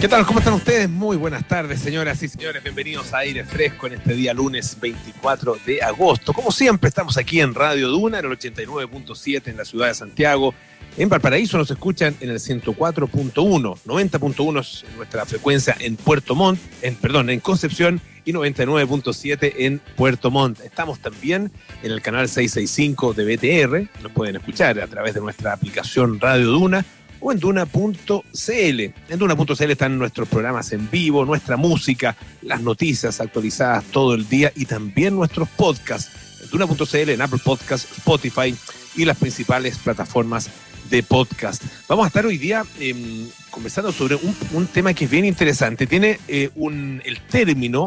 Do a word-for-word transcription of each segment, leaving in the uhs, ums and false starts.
¿Qué tal? ¿Cómo están ustedes? Muy buenas tardes, señoras y señores. Bienvenidos a Aire Fresco en este día lunes veinticuatro de agosto. Como siempre, estamos aquí en Radio Duna, en el ochenta y nueve punto siete en la ciudad de Santiago. En Valparaíso nos escuchan en el ciento cuatro punto uno, noventa punto uno es nuestra frecuencia en Puerto Montt, en, perdón, en Concepción, y noventa y nueve punto siete en Puerto Montt. Estamos también en el canal seiscientos sesenta y cinco de B T R. Nos pueden escuchar a través de nuestra aplicación Radio Duna o en Duna punto c l. En Duna punto c l están nuestros programas en vivo, nuestra música, las noticias actualizadas todo el día y también nuestros podcasts. En Duna punto c l, en Apple Podcasts, Spotify y las principales plataformas de podcast. Vamos a estar hoy día eh, conversando sobre un, un tema que es bien interesante. Tiene eh, un, el término,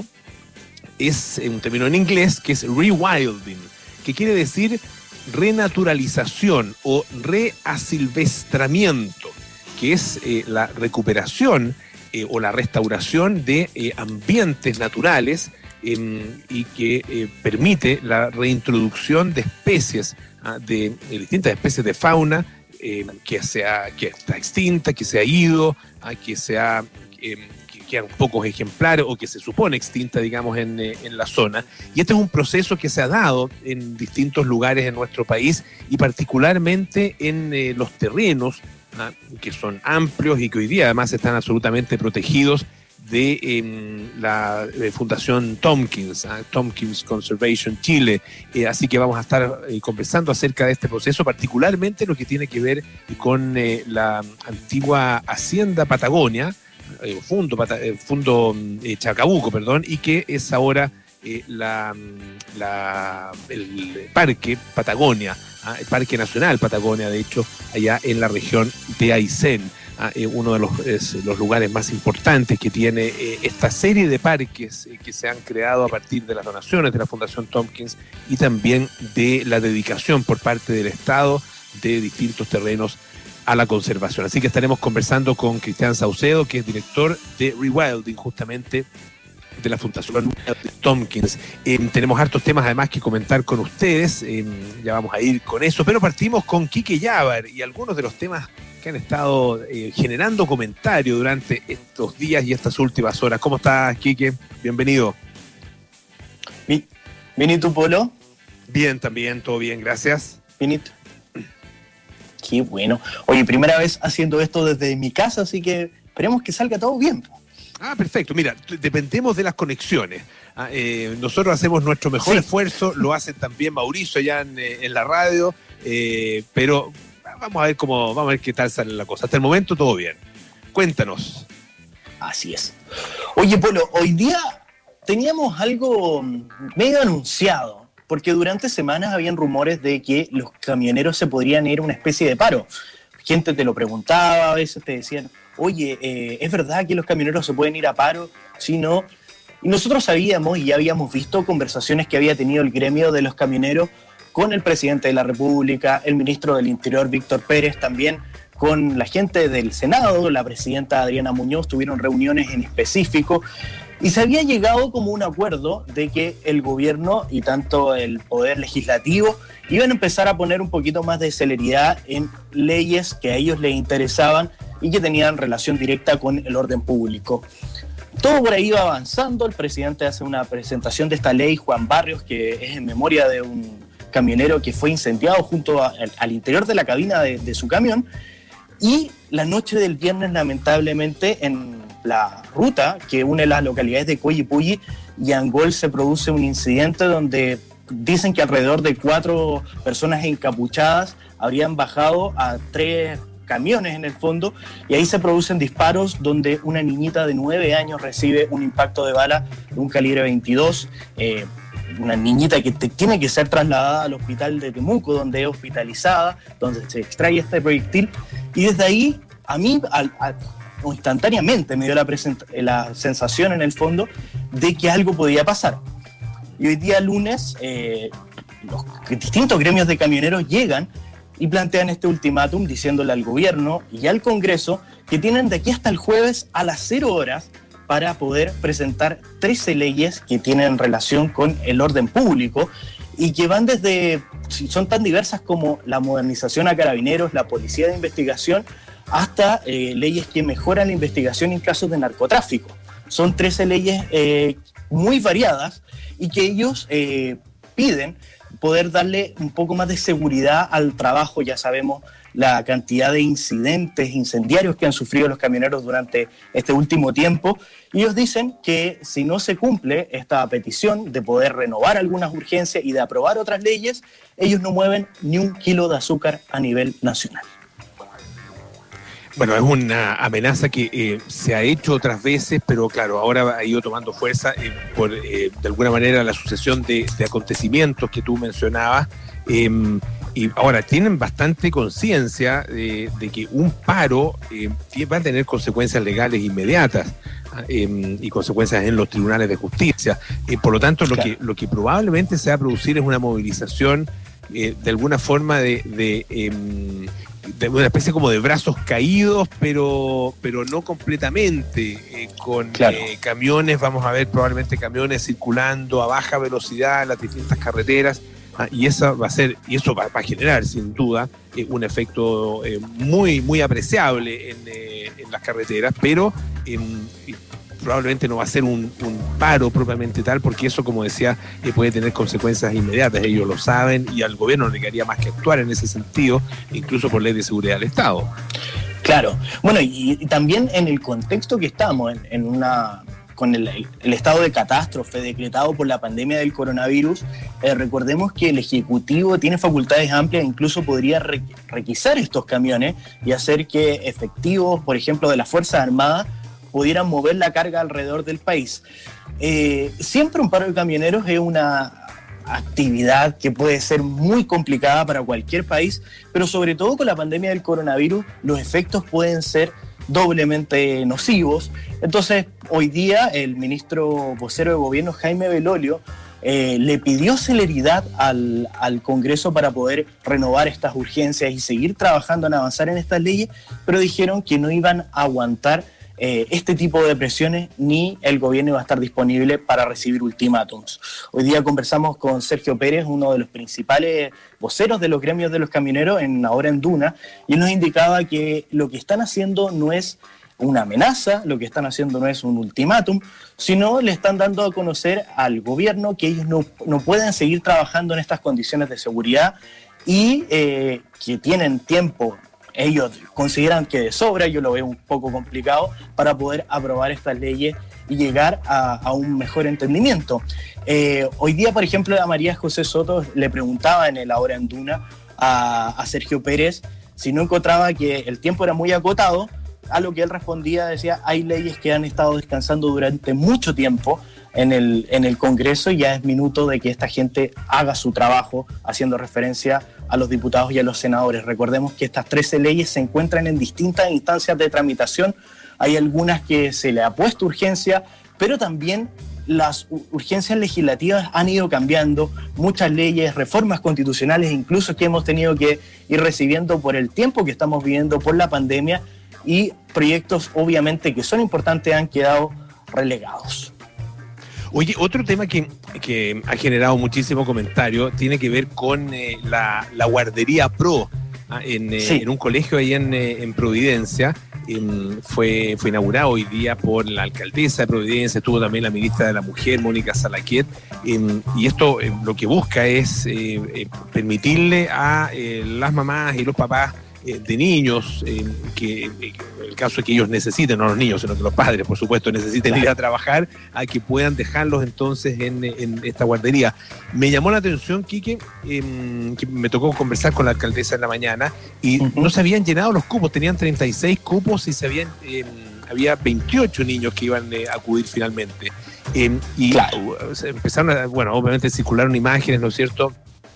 es un término en inglés que es rewilding, que quiere decir renaturalización o reasilvestramiento, que es eh, la recuperación eh, o la restauración de eh, ambientes naturales eh, y que eh, permite la reintroducción de especies, ah, de, de distintas especies de fauna eh, que, sea, que está extinta, que se ha ido, ah, que se ha... Eh, quedan pocos ejemplares o que se supone extinta, digamos, en, en la zona. Y este es un proceso que se ha dado en distintos lugares en nuestro país y particularmente en eh, los terrenos, ¿ah? que son amplios y que hoy día además están absolutamente protegidos de eh, la eh, Fundación Tompkins, ¿ah? Tompkins Conservation Chile. Eh, así que vamos a estar eh, conversando acerca de este proceso, particularmente lo que tiene que ver con eh, la antigua Hacienda Patagonia, Eh, Fundo, eh, Fundo eh, Chacabuco, perdón, y que es ahora eh, la, la, el Parque Patagonia, ¿ah? el Parque Nacional Patagonia, de hecho, allá en la región de Aysén, ¿ah? eh, uno de los, es, los lugares más importantes que tiene eh, esta serie de parques eh, que se han creado a partir de las donaciones de la Fundación Tompkins y también de la dedicación por parte del Estado de distintos terrenos a la conservación. Así que estaremos conversando con Cristian Saucedo, que es director de Rewilding, justamente de la Fundación Tompkins. Eh, tenemos hartos temas además que comentar con ustedes, eh, ya vamos a ir con eso, pero partimos con Quique Llávar y algunos de los temas que han estado eh, generando comentarios durante estos días y estas últimas horas. ¿Cómo estás, Quique? Bienvenido. Bien, ¿y tú, Polo? Bien, también, todo bien, gracias. Bienito. Qué bueno. Oye, primera vez haciendo esto desde mi casa, así que esperemos que salga todo bien. Ah, perfecto. Mira, dependemos de las conexiones. Ah, eh, nosotros hacemos nuestro mejor sí. esfuerzo, lo hacen también Mauricio allá en, en la radio, eh, pero vamos a ver cómo, vamos a ver qué tal sale la cosa. Hasta el momento todo bien. Cuéntanos. Así es. Oye, Polo, hoy día teníamos algo medio anunciado, porque durante semanas habían rumores de que los camioneros se podrían ir a una especie de paro. Gente te lo preguntaba, a veces te decían, oye, eh, ¿es verdad que los camioneros se pueden ir a paro? Sí, no. Y nosotros sabíamos y ya habíamos visto conversaciones que había tenido el gremio de los camioneros con el presidente de la República, el ministro del Interior, Víctor Pérez, también con la gente del Senado, la presidenta Adriana Muñoz, tuvieron reuniones en específico. Y se había llegado como un acuerdo de que el gobierno y tanto el poder legislativo iban a empezar a poner un poquito más de celeridad en leyes que a ellos les interesaban y que tenían relación directa con el orden público. Todo por ahí iba avanzando, el presidente hace una presentación de esta ley, Juan Barrios, que es en memoria de un camionero que fue incendiado junto a, al, al interior de la cabina de, de su camión, y la noche del viernes, lamentablemente, en la ruta que une las localidades de Coyipulli y Angol se produce un incidente donde dicen que alrededor de cuatro personas encapuchadas habrían bajado a tres camiones en el fondo y ahí se producen disparos donde una niñita de nueve años recibe un impacto de bala de un calibre veintidós, eh, una niñita que te, tiene que ser trasladada al hospital de Temuco, donde es hospitalizada, donde se extrae este proyectil, y desde ahí a mí al, al, instantáneamente me dio la, la sensación en el fondo de que algo podía pasar. Y hoy día lunes eh, los distintos gremios de camioneros llegan y plantean este ultimátum diciéndole al gobierno y al Congreso que tienen de aquí hasta el jueves a las cero horas para poder presentar trece leyes que tienen relación con el orden público y que van desde, son tan diversas como la modernización a carabineros, la policía de investigación, hasta eh, leyes que mejoran la investigación en casos de narcotráfico. Son trece leyes eh, muy variadas y que ellos eh, piden poder darle un poco más de seguridad al trabajo. Ya sabemos la cantidad de incidentes incendiarios que han sufrido los camioneros durante este último tiempo. Y ellos dicen que si no se cumple esta petición de poder renovar algunas urgencias y de aprobar otras leyes, ellos no mueven ni un kilo de azúcar a nivel nacional. Bueno, es una amenaza que eh, se ha hecho otras veces, pero claro, ahora ha ido tomando fuerza eh, por, eh, de alguna manera, la sucesión de, de acontecimientos que tú mencionabas. Eh, y ahora tienen bastante conciencia de, de que un paro eh, va a tener consecuencias legales inmediatas eh, y consecuencias en los tribunales de justicia. Eh, por lo tanto, lo, claro. que, lo que probablemente se va a producir es una movilización eh, de alguna forma de... de eh, de una especie como de brazos caídos, pero, pero no completamente, eh, con claro. eh, camiones, vamos a ver probablemente camiones circulando a baja velocidad en las distintas carreteras, ah, y eso va a ser, y eso va, va a generar sin duda eh, un efecto eh, muy, muy apreciable en, eh, en las carreteras, pero eh, probablemente no va a ser un, un paro propiamente tal, porque eso, como decía, eh, puede tener consecuencias inmediatas. Ellos lo saben y al gobierno no le quedaría más que actuar en ese sentido, incluso por ley de seguridad del Estado. Claro. Bueno, y, y también en el contexto que estamos, en, en una con el, el estado de catástrofe decretado por la pandemia del coronavirus, eh, recordemos que el Ejecutivo tiene facultades amplias, incluso podría re, requisar estos camiones y hacer que efectivos, por ejemplo, de las Fuerzas Armadas, pudieran mover la carga alrededor del país. Eh, siempre un paro de camioneros es una actividad que puede ser muy complicada para cualquier país, pero sobre todo con la pandemia del coronavirus, los efectos pueden ser doblemente nocivos. Entonces, hoy día el ministro vocero de gobierno, Jaime Belolio, eh, le pidió celeridad al, al Congreso para poder renovar estas urgencias y seguir trabajando en avanzar en estas leyes, pero dijeron que no iban a aguantar Eh, este tipo de presiones, ni el gobierno iba a estar disponible para recibir ultimátums. Hoy día conversamos con Sergio Pérez, uno de los principales voceros de los gremios de los camioneros en ahora en Duna, y él nos indicaba que lo que están haciendo no es una amenaza, lo que están haciendo no es un ultimátum, sino le están dando a conocer al gobierno que ellos no, no pueden seguir trabajando en estas condiciones de seguridad y eh, que tienen tiempo. Ellos consideran que de sobra, yo lo veo un poco complicado, para poder aprobar estas leyes y llegar a, a un mejor entendimiento. Eh, hoy día, por ejemplo, a María José Soto le preguntaba en el Ahora en Duna a, a Sergio Pérez si no encontraba que el tiempo era muy acotado, a lo que él respondía, decía, hay leyes que han estado descansando durante mucho tiempo en el, en el Congreso y ya es minuto de que esta gente haga su trabajo, haciendo referencia a los diputados y a los senadores. Recordemos que estas trece leyes se encuentran en distintas instancias de tramitación. Hay algunas que se le ha puesto urgencia, pero también las urgencias legislativas han ido cambiando. Muchas leyes, reformas constitucionales, incluso que hemos tenido que ir recibiendo por el tiempo que estamos viviendo por la pandemia, y proyectos obviamente que son importantes han quedado relegados. Oye, otro tema que, que ha generado muchísimo comentario tiene que ver con eh, la, la guardería Pro ah, en, eh, sí. en un colegio ahí en, eh, en Providencia. Eh, fue, fue inaugurado hoy día por la alcaldesa de Providencia, estuvo también la ministra de la Mujer, Mónica Salaquet, eh, y esto eh, lo que busca es eh, eh, permitirle a eh, las mamás y los papás de niños, eh, que eh, el caso es que ellos necesiten, no los niños, sino que los padres, por supuesto, necesiten claro. ir a trabajar, a que puedan dejarlos entonces en, en esta guardería. Me llamó la atención, Quique, eh, que me tocó conversar con la alcaldesa en la mañana y uh-huh. no se habían llenado los cupos, tenían treinta y seis cupos y se habían, eh, había veintiocho niños que iban eh, a acudir finalmente. Eh, y claro. uh, empezaron a, bueno, obviamente circularon imágenes, ¿no es cierto?,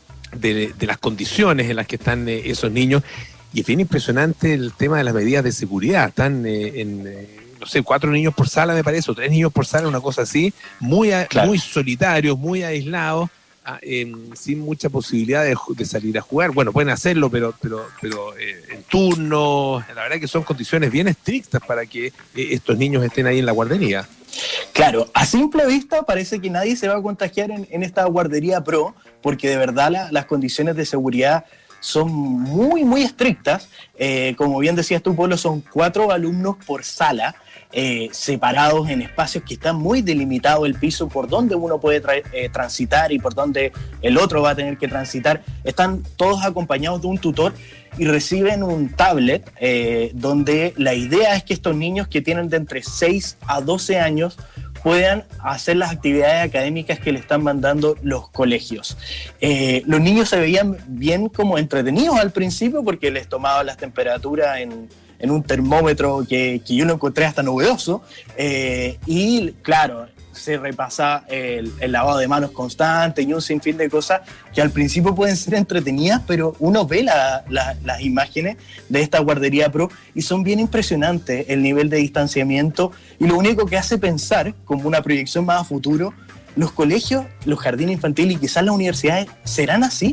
de, de las condiciones en las que están eh, esos niños. Y es bien impresionante el tema de las medidas de seguridad. Están eh, en, eh, no sé, cuatro niños por sala, me parece, o tres niños por sala, una cosa así, muy, a, claro. muy solitarios, muy aislados, a, eh, sin mucha posibilidad de, de salir a jugar. Bueno, pueden hacerlo, pero, pero, pero eh, en turnos. La verdad que son condiciones bien estrictas para que eh, estos niños estén ahí en la guardería. Claro, a simple vista parece que nadie se va a contagiar en, en esta guardería Pro, porque de verdad la, las condiciones de seguridad son muy, muy estrictas. Eh, como bien decías tú, Polo, son cuatro alumnos por sala, eh, separados en espacios que están muy delimitados el piso por donde uno puede tra- eh, transitar y por donde el otro va a tener que transitar. Están todos acompañados de un tutor y reciben un tablet eh, donde la idea es que estos niños que tienen de entre seis a doce años puedan hacer las actividades académicas que le están mandando los colegios. Eh, los niños se veían bien como entretenidos al principio porque les tomaban las temperaturas en, en un termómetro que, que yo lo encontré hasta novedoso, eh, y claro, se repasa el, el lavado de manos constante y un sinfín de cosas que al principio pueden ser entretenidas, pero uno ve la, la, las imágenes de esta guardería pro y son bien impresionantes el nivel de distanciamiento, y lo único que hace pensar, como una proyección más a futuro, los colegios, los jardines infantiles y quizás las universidades, ¿serán así?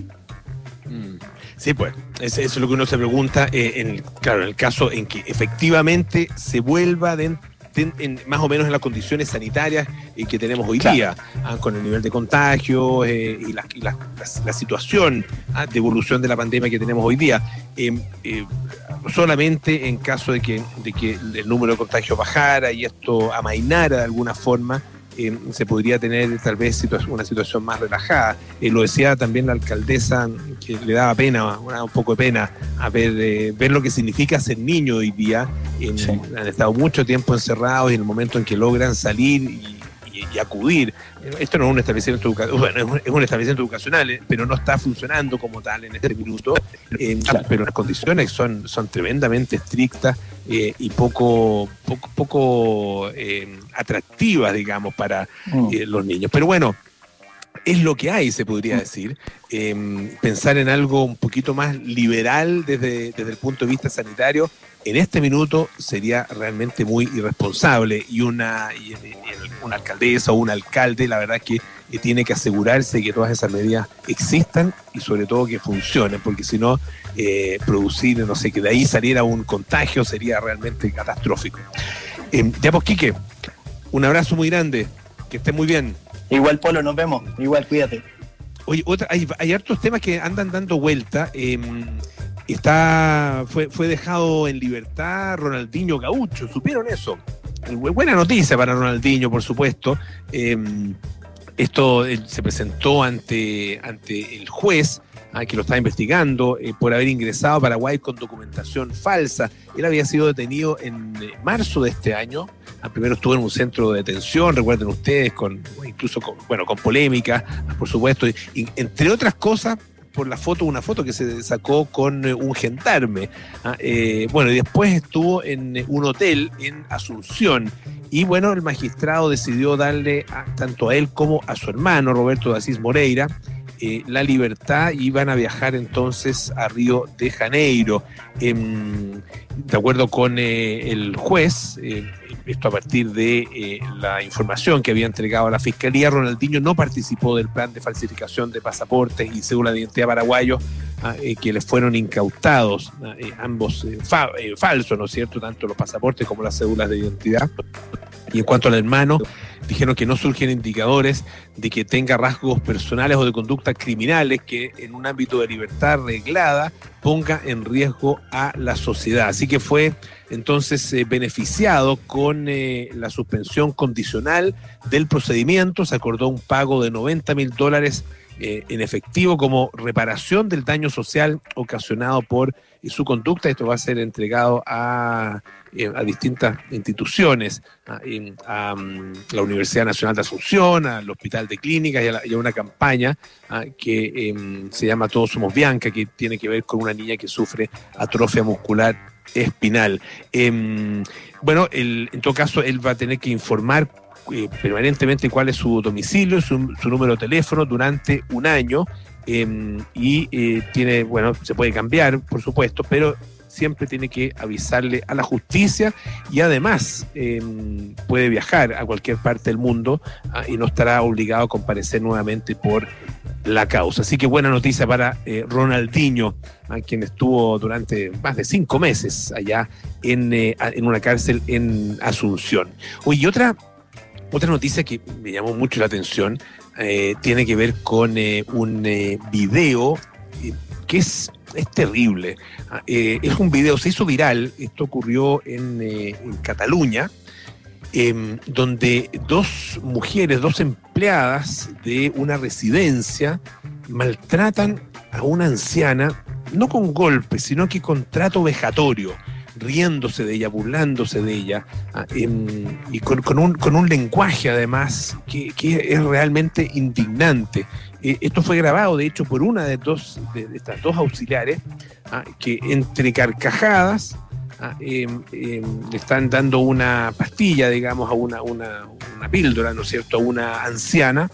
Sí, pues, eso es lo que uno se pregunta, eh, en, claro, en el caso en que efectivamente se vuelva dentro En, en, más o menos en las condiciones sanitarias eh, que tenemos hoy, claro, día, ah, con el nivel de contagio eh, y, la, y la, la, la situación ah, de evolución de la pandemia que tenemos hoy día. Eh, eh, solamente en caso de que, de que el número de contagios bajara y esto amainara de alguna forma, eh, se podría tener tal vez situa- una situación más relajada. Eh, lo decía también la alcaldesa, que le daba pena, una, un poco de pena, a ver, eh, ver lo que significa ser niño hoy día. En, sí. Han estado mucho tiempo encerrados y en el momento en que logran salir y, y, y acudir, esto no es un establecimiento educacional, bueno, es un, es un establecimiento educacional, eh, pero no está funcionando como tal en este minuto, eh, claro, pero las condiciones son, son tremendamente estrictas eh, y poco, poco, poco eh, atractivas, digamos, para eh, los niños. Pero bueno, es lo que hay, se podría decir. Eh, pensar en algo un poquito más liberal desde, desde el punto de vista sanitario en este minuto sería realmente muy irresponsable, y una, y, y una alcaldesa o un alcalde, la verdad es que, que tiene que asegurarse que todas esas medidas existan y sobre todo que funcionen, porque si no, eh, producir, no sé, que de ahí saliera un contagio sería realmente catastrófico. Eh, ya pues, Quique, un abrazo muy grande, que estés muy bien. Igual, Polo, nos vemos. Igual, cuídate. Oye, otra, hay, hay hartos temas que andan dando vuelta. Eh, está fue, fue dejado en libertad Ronaldinho Gaucho. ¿Supieron eso? Buena noticia para Ronaldinho, por supuesto. Eh, esto eh, se presentó ante, ante el juez, ah, que lo está investigando eh, por haber ingresado a Paraguay con documentación falsa. Él había sido detenido en eh, marzo de este año. Primero estuvo en un centro de detención, recuerden ustedes, con incluso con, bueno, con polémica, por supuesto, y, y, entre otras cosas, por la foto, una foto que se sacó con eh, un gendarme. ¿ah? Eh, bueno, y después estuvo en eh, un hotel en Asunción, y bueno, el magistrado decidió darle a, tanto a él como a su hermano, Roberto de Asís Moreira, Eh, la libertad, y van a viajar entonces a Río de Janeiro. Eh, de acuerdo con eh, el juez, eh, esto a partir de eh, la información que había entregado a la Fiscalía, Ronaldinho no participó del plan de falsificación de pasaportes y cédula de identidad paraguayos ah, eh, que les fueron incautados, ah, eh, ambos eh, fa- eh, falsos, ¿no es cierto?, tanto los pasaportes como las cédulas de identidad. Y en cuanto al hermano, dijeron que no surgen indicadores de que tenga rasgos personales o de conducta criminales que en un ámbito de libertad reglada ponga en riesgo a la sociedad. Así que fue entonces eh, beneficiado con eh, la suspensión condicional del procedimiento. Se acordó un pago de noventa mil dólares eh, en efectivo como reparación del daño social ocasionado por eh, su conducta. Esto va a ser entregado a... a distintas instituciones, a, a, a la Universidad Nacional de Asunción, al Hospital de Clínicas y a, la, y a una campaña a, que eh, se llama Todos Somos Bianca, que tiene que ver con una niña que sufre atrofia muscular espinal. Eh, bueno, el, en todo caso, él va a tener que informar eh, permanentemente cuál es su domicilio, su, su número de teléfono durante un año, eh, y eh, tiene, bueno, se puede cambiar, por supuesto, pero siempre tiene que avisarle a la justicia, y además eh, puede viajar a cualquier parte del mundo ah, y no estará obligado a comparecer nuevamente por la causa. Así que buena noticia para eh, Ronaldinho, ah, quien estuvo durante más de cinco meses allá en, eh, en una cárcel en Asunción. Oye, y otra, otra noticia que me llamó mucho la atención eh, tiene que ver con eh, un eh, video eh, que es, es terrible. Eh, es un video, se hizo viral, esto ocurrió en, eh, en Cataluña, eh, donde dos mujeres, dos empleadas de una residencia maltratan a una anciana, no con golpes, sino que con trato vejatorio, riéndose de ella, burlándose de ella, eh, y con, con, un, con un lenguaje además que, que es realmente indignante. Eh, esto fue grabado, de hecho, por una de, dos, de, de estas dos auxiliares, ah, que entre carcajadas ah, eh, eh, le están dando una pastilla, digamos, a una, una, una píldora, ¿no es cierto?, a una anciana,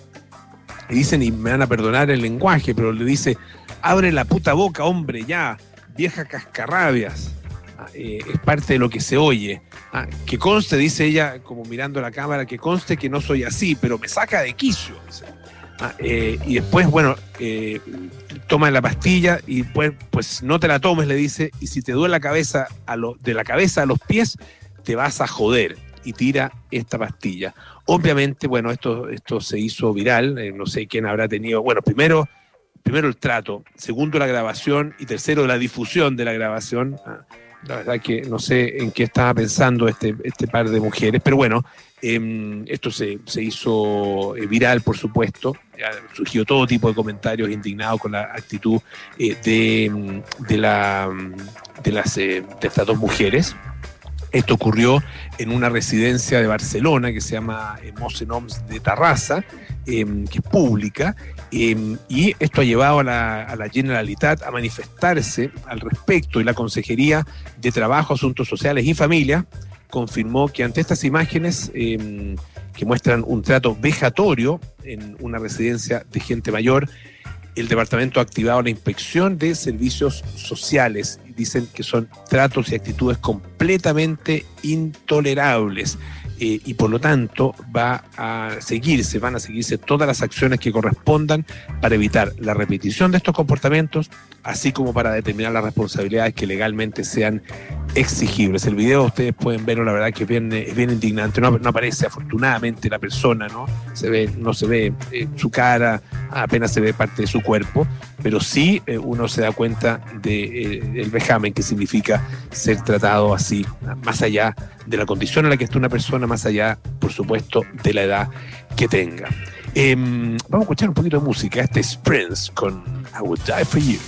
y dicen, y me van a perdonar el lenguaje, pero le dice: abre la puta boca, hombre, ya, vieja cascarrabias. Eh, es parte de lo que se oye. Ah, que conste, dice ella, como mirando la cámara, que conste que no soy así, pero me saca de quicio. Ah, eh, y después, bueno, eh, toma la pastilla y pues, pues no te la tomes, le dice, y si te duele la cabeza, a lo, de la cabeza a los pies, te vas a joder. Y tira esta pastilla. Obviamente, bueno, esto, esto se hizo viral, eh, no sé quién habrá tenido, bueno, primero, primero el trato, segundo la grabación y tercero la difusión de la grabación. Ah, la verdad que no sé en qué estaba pensando este, este par de mujeres, pero bueno, eh, esto se, se hizo viral, por supuesto. Surgió todo tipo de comentarios indignados con la actitud eh, de, de, la, de, las, eh, de estas dos mujeres. Esto ocurrió en una residencia de Barcelona que se llama eh, Mossen Homs de Tarrasa, eh, que es pública, eh, y esto ha llevado a la, a la Generalitat a manifestarse al respecto, y la Consejería de Trabajo, Asuntos Sociales y Familia confirmó que ante estas imágenes eh, que muestran un trato vejatorio en una residencia de gente mayor, el departamento ha activado la inspección de servicios sociales. Dicen que son tratos y actitudes completamente intolerables, eh, y por lo tanto va a seguirse, van a seguirse todas las acciones que correspondan para evitar la repetición de estos comportamientos, así como para determinar las responsabilidades que legalmente sean exigibles. El video ustedes pueden verlo, la verdad que es bien, es bien indignante. No, no aparece afortunadamente la persona, ¿no? Se ve, no se ve eh, su cara, apenas se ve parte de su cuerpo, pero sí eh, uno se da cuenta del de, eh, vejamen que significa ser tratado así, más allá de la condición en la que está una persona, más allá, por supuesto, de la edad que tenga. Eh, vamos a escuchar un poquito de música. Este es Prince con I Would Die For You.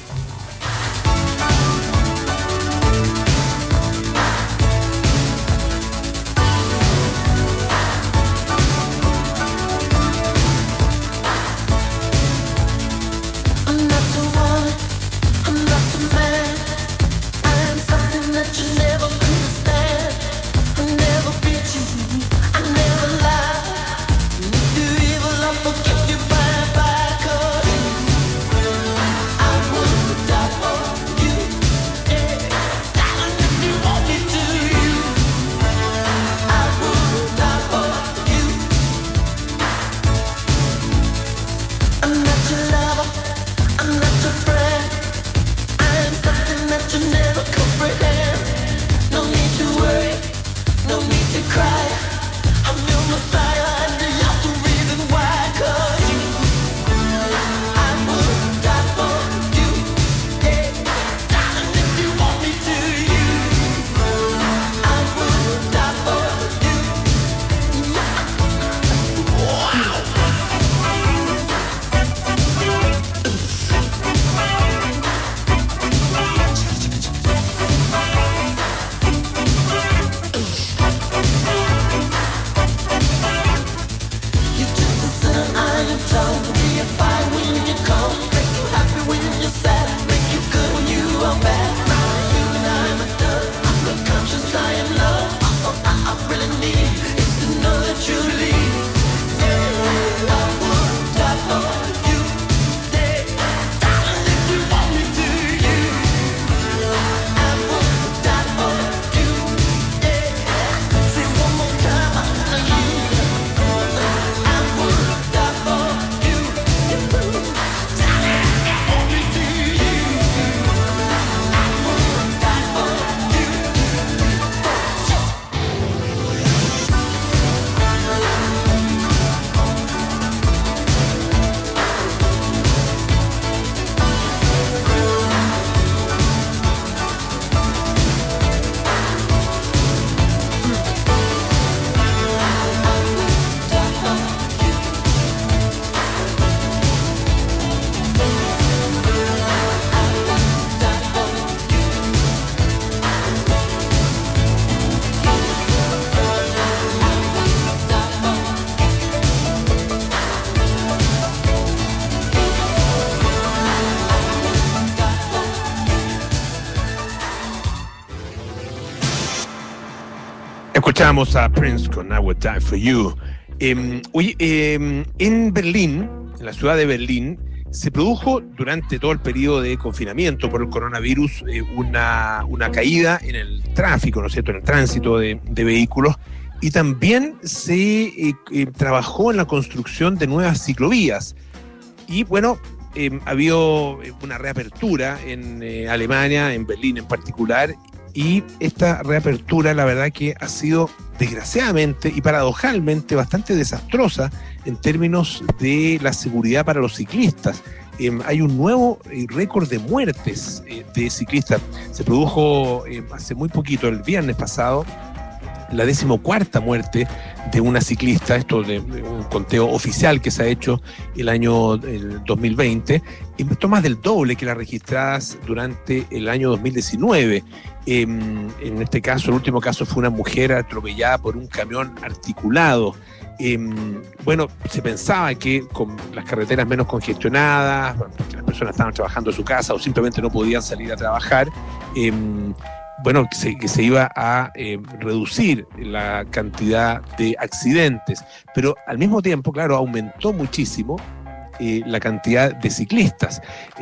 Escuchamos a Prince con I Would Die For You. Eh, oye, eh, en Berlín, en la ciudad de Berlín, se produjo durante todo el periodo de confinamiento por el coronavirus eh, una, una caída en el tráfico, ¿no es cierto?, en el tránsito de, de vehículos, y también se eh, eh, trabajó en la construcción de nuevas ciclovías. Y bueno, eh, ha habido una reapertura en eh, Alemania, en Berlín en particular, y esta reapertura, la verdad que ha sido desgraciadamente y paradojalmente bastante desastrosa en términos de la seguridad para los ciclistas. Eh, hay un nuevo eh, récord de muertes eh, de ciclistas. Se produjo eh, hace muy poquito, el viernes pasado, la decimocuarta muerte de una ciclista, esto de, de un conteo oficial que se ha hecho el año el dos mil veinte, y esto más del doble que las registradas durante el año dos mil diecinueve. Eh, en este caso, el último caso fue una mujer atropellada por un camión articulado. Eh, bueno, se pensaba que con las carreteras menos congestionadas, porque las personas estaban trabajando en su casa o simplemente no podían salir a trabajar, eh, bueno, que se, que se iba a eh, reducir la cantidad de accidentes, pero al mismo tiempo, claro, aumentó muchísimo eh, la cantidad de ciclistas.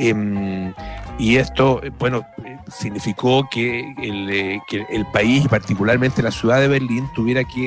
Eh, y esto, bueno, significó que el, eh, que el país, particularmente la ciudad de Berlín, tuviera que eh,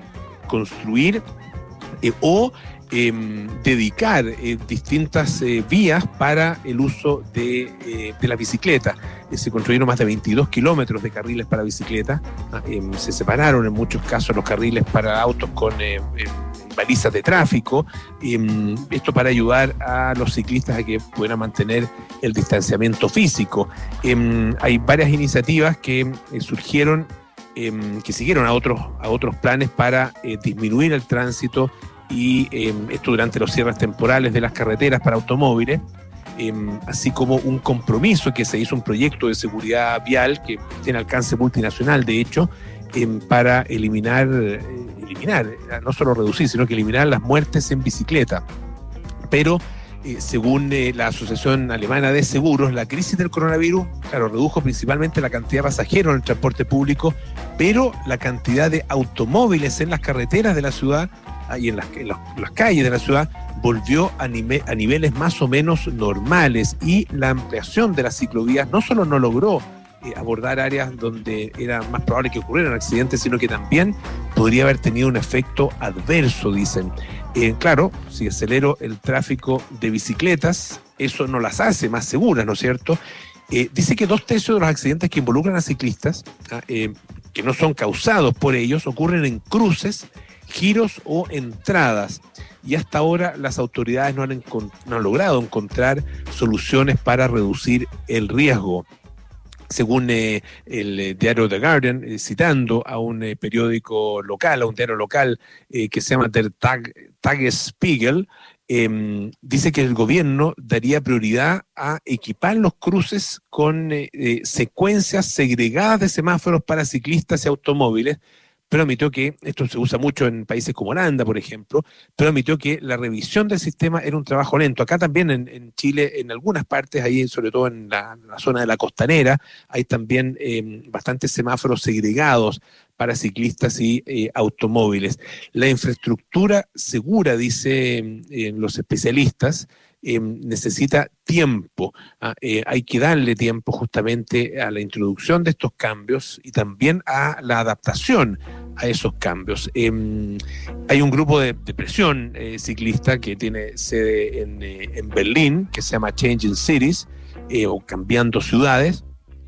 construir eh, o eh, dedicar eh, distintas eh, vías para el uso de, eh, de la bicicleta. Eh, se construyeron más de veintidós kilómetros de carriles para bicicleta. Eh, se separaron en muchos casos los carriles para autos con eh, eh, balizas de tráfico. Eh, esto para ayudar a los ciclistas a que puedan mantener el distanciamiento físico. Eh, hay varias iniciativas que eh, surgieron, eh, que siguieron a otros, a otros planes para eh, disminuir el tránsito, y eh, esto durante los cierres temporales de las carreteras para automóviles, eh, así como un compromiso que se hizo, un proyecto de seguridad vial que tiene alcance multinacional, de hecho, eh, para eliminar, eh, eliminar, no solo reducir, sino que eliminar las muertes en bicicleta. Pero Eh, según eh, la Asociación Alemana de Seguros, la crisis del coronavirus, claro, redujo principalmente la cantidad de pasajeros en el transporte público, pero la cantidad de automóviles en las carreteras de la ciudad ah, y en las, en, los, en las calles de la ciudad volvió a, nime, a niveles más o menos normales, y la ampliación de las ciclovías no solo no logró eh, abordar áreas donde era más probable que ocurrieran accidentes, sino que también podría haber tenido un efecto adverso, dicen. Eh, claro, si acelero el tráfico de bicicletas, eso no las hace más seguras, ¿no es cierto? Eh, dice que dos tercios de los accidentes que involucran a ciclistas, eh, que no son causados por ellos, ocurren en cruces, giros o entradas. Y hasta ahora las autoridades no han, no han logrado encontrar soluciones para reducir el riesgo. Según eh, el eh, diario The Guardian, eh, citando a un eh, periódico local, a un diario local eh, que se llama Der Tag, Tagesspiegel, eh, dice que el gobierno daría prioridad a equipar los cruces con eh, eh, secuencias segregadas de semáforos para ciclistas y automóviles, pero admitió que esto se usa mucho en países como Holanda, por ejemplo, pero admitió que la revisión del sistema era un trabajo lento. Acá también en, en Chile, en algunas partes, ahí sobre todo en la, en la zona de la costanera, hay también eh, bastantes semáforos segregados para ciclistas y eh, automóviles. La infraestructura segura, dicen eh, los especialistas, Eh, necesita tiempo. ¿ah? Eh, hay que darle tiempo justamente a la introducción de estos cambios y también a la adaptación a esos cambios. Eh, hay un grupo de, de presión eh, ciclista que tiene sede en, eh, en Berlín, que se llama Changing Cities, eh, o Cambiando Ciudades,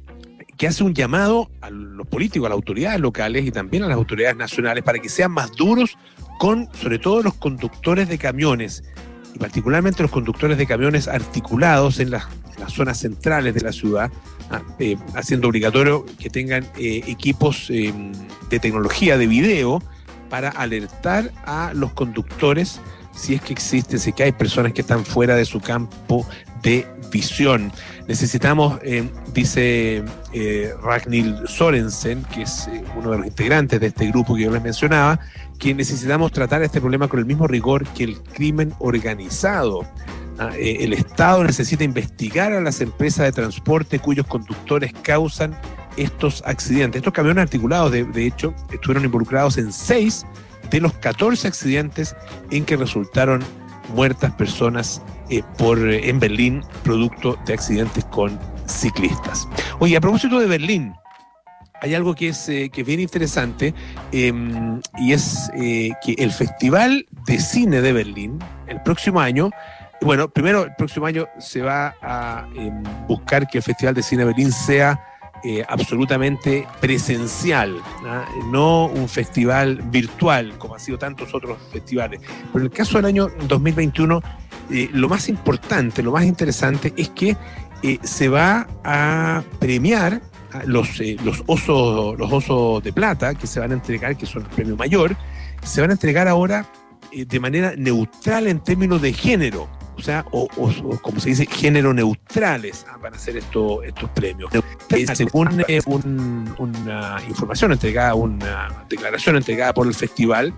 que hace un llamado a los políticos, a las autoridades locales y también a las autoridades nacionales para que sean más duros con, sobre todo, los conductores de camiones, y particularmente los conductores de camiones articulados en las, en las zonas centrales de la ciudad, eh, haciendo obligatorio que tengan eh, equipos eh, de tecnología de video para alertar a los conductores si es que existen, si es que hay personas que están fuera de su campo de visión. Necesitamos, eh, dice eh, Ragnhild Sorensen, que es eh, uno de los integrantes de este grupo que yo les mencionaba, que necesitamos tratar este problema con el mismo rigor que el crimen organizado. Ah, eh, el Estado necesita investigar a las empresas de transporte cuyos conductores causan estos accidentes. Estos camiones articulados, de, de hecho, estuvieron involucrados en seis de los catorce accidentes en que resultaron muertas personas eh, por, eh, en Berlín, producto de accidentes con ciclistas. Oye, a propósito de Berlín, hay algo que es, eh, que es bien interesante, eh, y es eh, que el Festival de Cine de Berlín, el próximo año, bueno, primero, el próximo año se va a eh, buscar que el Festival de Cine de Berlín sea eh, absolutamente presencial, ¿no? no un festival virtual, como han sido tantos otros festivales. Pero en el caso del año dos mil veintiuno, eh, lo más importante, lo más interesante es que eh, se va a premiar Los, eh, los osos los osos de plata que se van a entregar, que son el premio mayor, se van a entregar ahora eh, de manera neutral en términos de género, o sea, o, o, o como se dice, género neutrales, ah, van a ser esto, estos premios. Eh, según eh, un, una información entregada, una declaración entregada por el festival,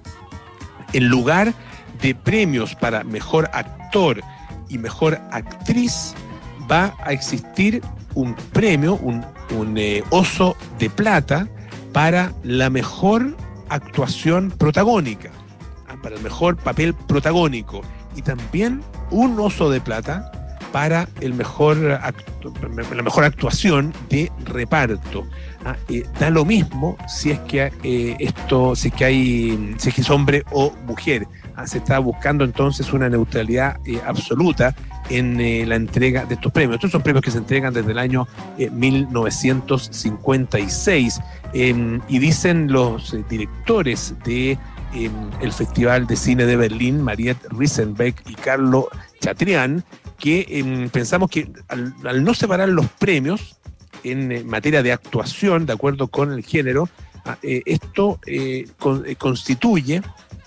en lugar de premios para mejor actor y mejor actriz, va a existir un premio, un, un eh, oso de plata para la mejor actuación protagónica, ¿ah? para el mejor papel protagónico, y también un oso de plata para el mejor actu- la mejor actuación de reparto. ¿ah? Eh, da lo mismo si es que eh, esto, si es que hay, si es que es hombre o mujer. ¿ah? Se está buscando entonces una neutralidad eh, absoluta en eh, la entrega de estos premios. Estos son premios que se entregan desde el año eh, mil novecientos cincuenta y seis, eh, y dicen los eh, directores de eh, el Festival de Cine de Berlín, Mariette Riesenbeck y Carlo Chatrián, que eh, pensamos que al, al no separar los premios en eh, materia de actuación, de acuerdo con el género, eh, esto eh, con, eh, constituye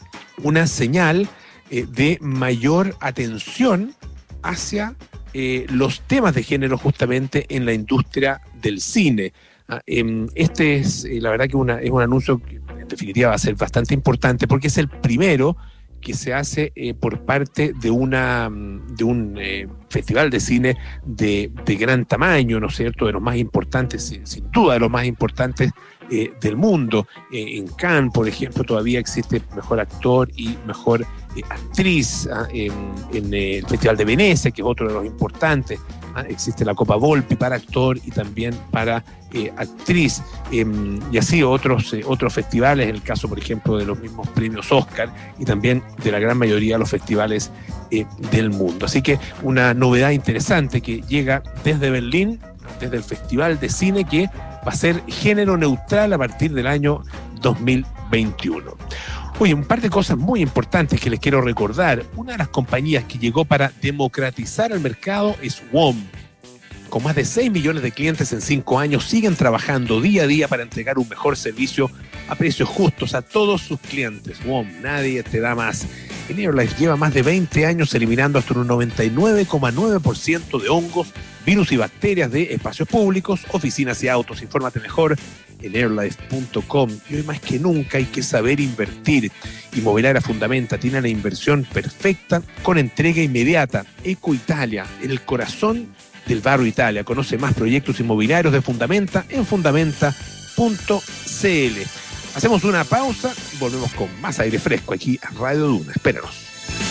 una señal eh, de mayor atención hacia eh, los temas de género justamente en la industria del cine. Ah, eh, este es, eh, la verdad que una, es un anuncio que en definitiva va a ser bastante importante, porque es el primero que se hace eh, por parte de una de un eh, festival de cine de, de gran tamaño, ¿no es cierto?, de los más importantes, sin, sin duda de los más importantes eh, del mundo. Eh, en Cannes, por ejemplo, todavía existe mejor actor y mejor eh, actriz. ¿ah? En, en el Festival de Venecia, que es otro de los importantes, ¿ah? existe la Copa Volpi para actor y también para eh, actriz, eh, y así otros, eh, otros festivales, en el caso, por ejemplo, de los mismos premios Oscar y también de la gran mayoría de los festivales eh, del mundo. Así que una novedad interesante que llega desde Berlín, desde el Festival de Cine, que va a ser género neutral a partir del año dos mil veintiuno. Oye, un par de cosas muy importantes que les quiero recordar. Una de las compañías que llegó para democratizar el mercado es W O M. Con más de seis millones de clientes en cinco años, siguen trabajando día a día para entregar un mejor servicio a precios justos a todos sus clientes. W O M, nadie te da más. En Airlife lleva más de veinte años eliminando hasta un noventa y nueve coma nueve por ciento de hongos, virus y bacterias de espacios públicos, oficinas y autos. Infórmate mejor en airlife punto com. Y hoy más que nunca hay que saber invertir. Inmobiliaria Fundamenta tiene la inversión perfecta con entrega inmediata. Eco Italia, el corazón del barrio Italia. Conoce más proyectos inmobiliarios de Fundamenta en fundamenta punto c l. Hacemos una pausa y volvemos con más aire fresco aquí a Radio Duna. Espéranos.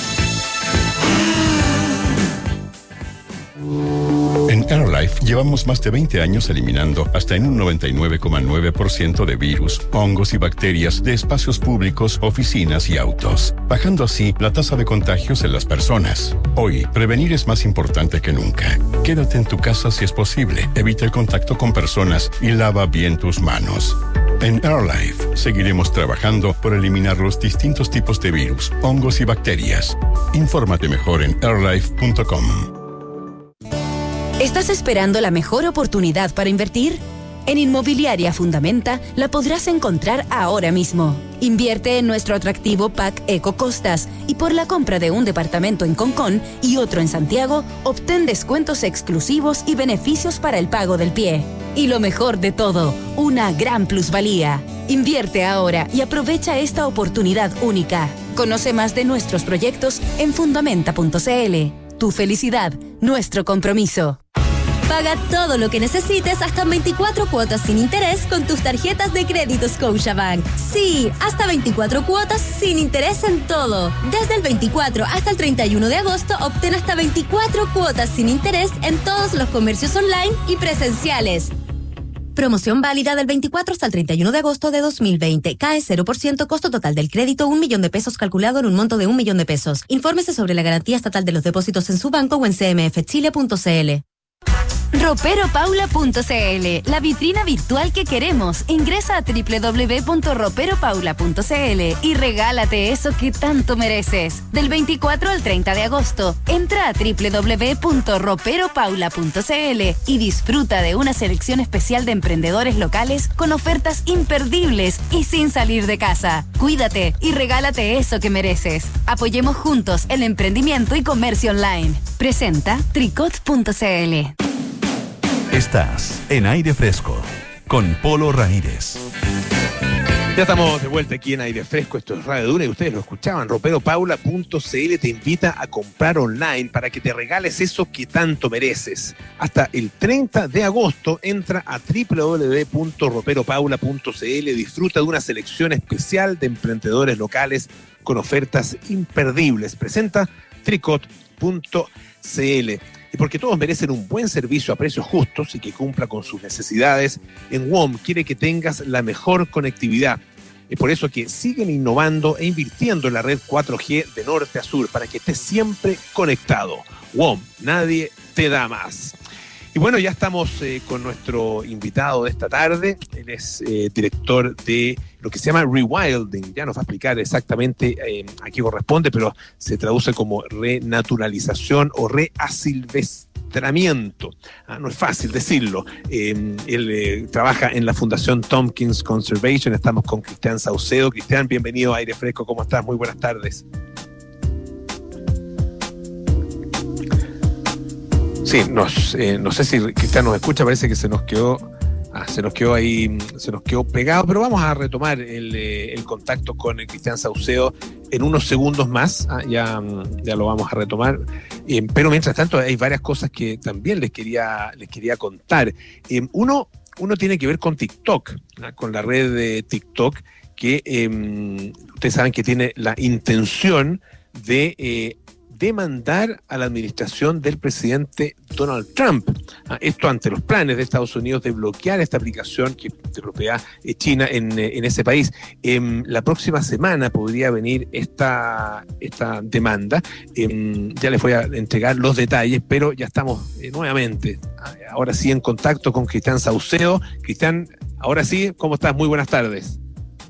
En Airlife llevamos más de veinte años eliminando hasta en un noventa y nueve coma nueve por ciento de virus, hongos y bacterias de espacios públicos, oficinas y autos, bajando así la tasa de contagios en las personas. Hoy, prevenir es más importante que nunca. Quédate en tu casa si es posible, evita el contacto con personas y lava bien tus manos. En Airlife seguiremos trabajando por eliminar los distintos tipos de virus, hongos y bacterias. Infórmate mejor en airlife punto com. ¿Estás esperando la mejor oportunidad para invertir? En Inmobiliaria Fundamenta la podrás encontrar ahora mismo. Invierte en nuestro atractivo Pack Eco Costas y por la compra de un departamento en Concón y otro en Santiago, obtén descuentos exclusivos y beneficios para el pago del pie. Y lo mejor de todo, una gran plusvalía. Invierte ahora y aprovecha esta oportunidad única. Conoce más de nuestros proyectos en fundamenta punto c l. Tu felicidad, nuestro compromiso. Paga todo lo que necesites hasta veinticuatro cuotas sin interés con tus tarjetas de crédito Scotiabank. Sí, hasta veinticuatro cuotas sin interés en todo. Desde el veinticuatro hasta el treinta y uno de agosto, obtén hasta veinticuatro cuotas sin interés en todos los comercios online y presenciales. Promoción válida del veinticuatro hasta el treinta y uno de agosto de dos mil veinte. C A E cero por ciento, costo total del crédito un millón de pesos calculado en un monto de un millón de pesos. Infórmese sobre la garantía estatal de los depósitos en su banco o en c m f chile punto c l. ropero paula punto c l, la vitrina virtual que queremos. Ingresa a doble u doble u doble u punto ropero paula punto c l y regálate eso que tanto mereces. Del veinticuatro al treinta de agosto, entra a doble u doble u doble u punto ropero paula punto c l y disfruta de una selección especial de emprendedores locales con ofertas imperdibles y sin salir de casa. Cuídate y regálate eso que mereces. Apoyemos juntos el emprendimiento y comercio online. Presenta tricot punto c l. Estás en Aire Fresco con Polo Ramírez. Ya estamos de vuelta aquí en Aire Fresco. Esto es Radio Duna y ustedes lo escuchaban. ropero paula punto c l te invita a comprar online para que te regales eso que tanto mereces. Hasta el treinta de agosto entra a doble u doble u doble u punto ropero paula punto c l. Disfruta de una selección especial de emprendedores locales con ofertas imperdibles. Presenta tricot punto c l. Y porque todos merecen un buen servicio a precios justos y que cumpla con sus necesidades, en W O M quiere que tengas la mejor conectividad. Es por eso que siguen innovando e invirtiendo en la red cuatro G de norte a sur para que estés siempre conectado. W O M, nadie te da más. Y bueno, ya estamos eh, con nuestro invitado de esta tarde. Él es eh, director de lo que se llama Rewilding. Ya nos va a explicar exactamente eh, a qué corresponde, pero se traduce como renaturalización o reasilvestramiento. Ah, no es fácil decirlo. Eh, él eh, trabaja en la Fundación Tompkins Conservation. Estamos con Cristian Saucedo. Cristian, bienvenido a Aire Fresco. ¿Cómo estás? Muy buenas tardes. Sí, nos, eh, no sé si Cristian nos escucha, parece que se nos quedó, ah, se nos quedó ahí, se nos quedó pegado, pero vamos a retomar el, eh, el contacto con el Cristian Saucedo en unos segundos más, ah, ya, ya lo vamos a retomar, eh, pero mientras tanto hay varias cosas que también les quería, les quería contar. Eh, uno, uno tiene que ver con TikTok, ah, con la red de TikTok, que eh, ustedes saben que tiene la intención de eh, demandar a la administración del presidente Donald Trump. Esto ante los planes de Estados Unidos de bloquear esta aplicación que de propiedad china en, en ese país. Eh, la próxima semana podría venir esta, esta demanda. Eh, ya les voy a entregar los detalles, pero ya estamos eh, nuevamente, ahora sí, en contacto con Cristian Saucedo. Cristian, ahora sí, ¿cómo estás? Muy buenas tardes.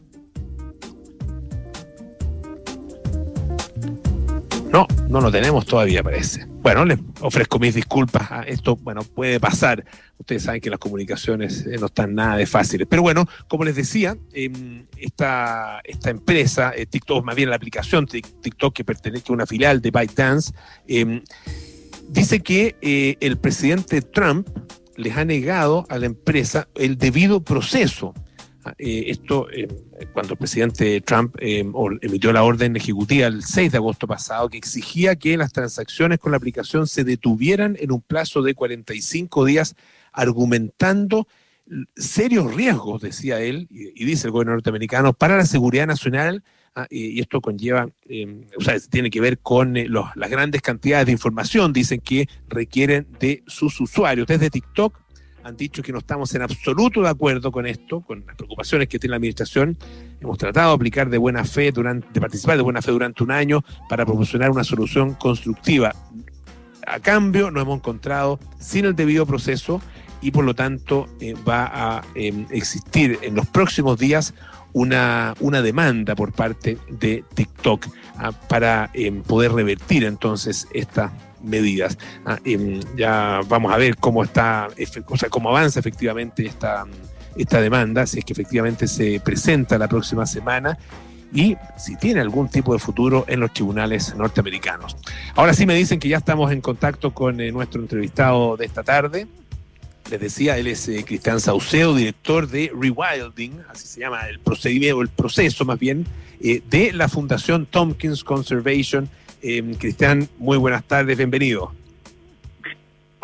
No, no lo tenemos todavía, parece. Bueno, les ofrezco mis disculpas. Esto, bueno, puede pasar. Ustedes saben que las comunicaciones eh, no están nada de fáciles. Pero bueno, como les decía, eh, esta, esta empresa, eh, TikTok, más bien la aplicación TikTok, que pertenece a una filial de ByteDance, eh, dice que eh, el presidente Trump les ha negado a la empresa el debido proceso. Eh, esto eh, cuando el presidente Trump eh, emitió la orden ejecutiva el seis de agosto pasado que exigía que las transacciones con la aplicación se detuvieran en un plazo de cuarenta y cinco días, argumentando serios riesgos, decía él, y, y dice el gobierno norteamericano, para la seguridad nacional. Ah, y, y esto conlleva, eh, o sea, tiene que ver con eh, los, las grandes cantidades de información, dicen, que requieren de sus usuarios. Desde TikTok han dicho que no estamos en absoluto de acuerdo con esto, con las preocupaciones que tiene la administración. Hemos tratado de aplicar de buena fe, durante, de participar de buena fe durante un año para proporcionar una solución constructiva. A cambio, nos hemos encontrado sin el debido proceso y por lo tanto eh, va a eh, existir en los próximos días una, una demanda por parte de TikTok ah, para eh, poder revertir entonces esta medidas. Ah, eh, ya vamos a ver cómo está, o sea, cómo avanza efectivamente esta, esta demanda, si es que efectivamente se presenta la próxima semana y si tiene algún tipo de futuro en los tribunales norteamericanos. Ahora sí me dicen que ya estamos en contacto con eh, nuestro entrevistado de esta tarde. Les decía, él es eh, Cristian Saucedo, director de Rewilding, así se llama el procedimiento, el proceso más bien, eh, de la Fundación Tompkins Conservation. Eh, Cristian, muy buenas tardes, bienvenido.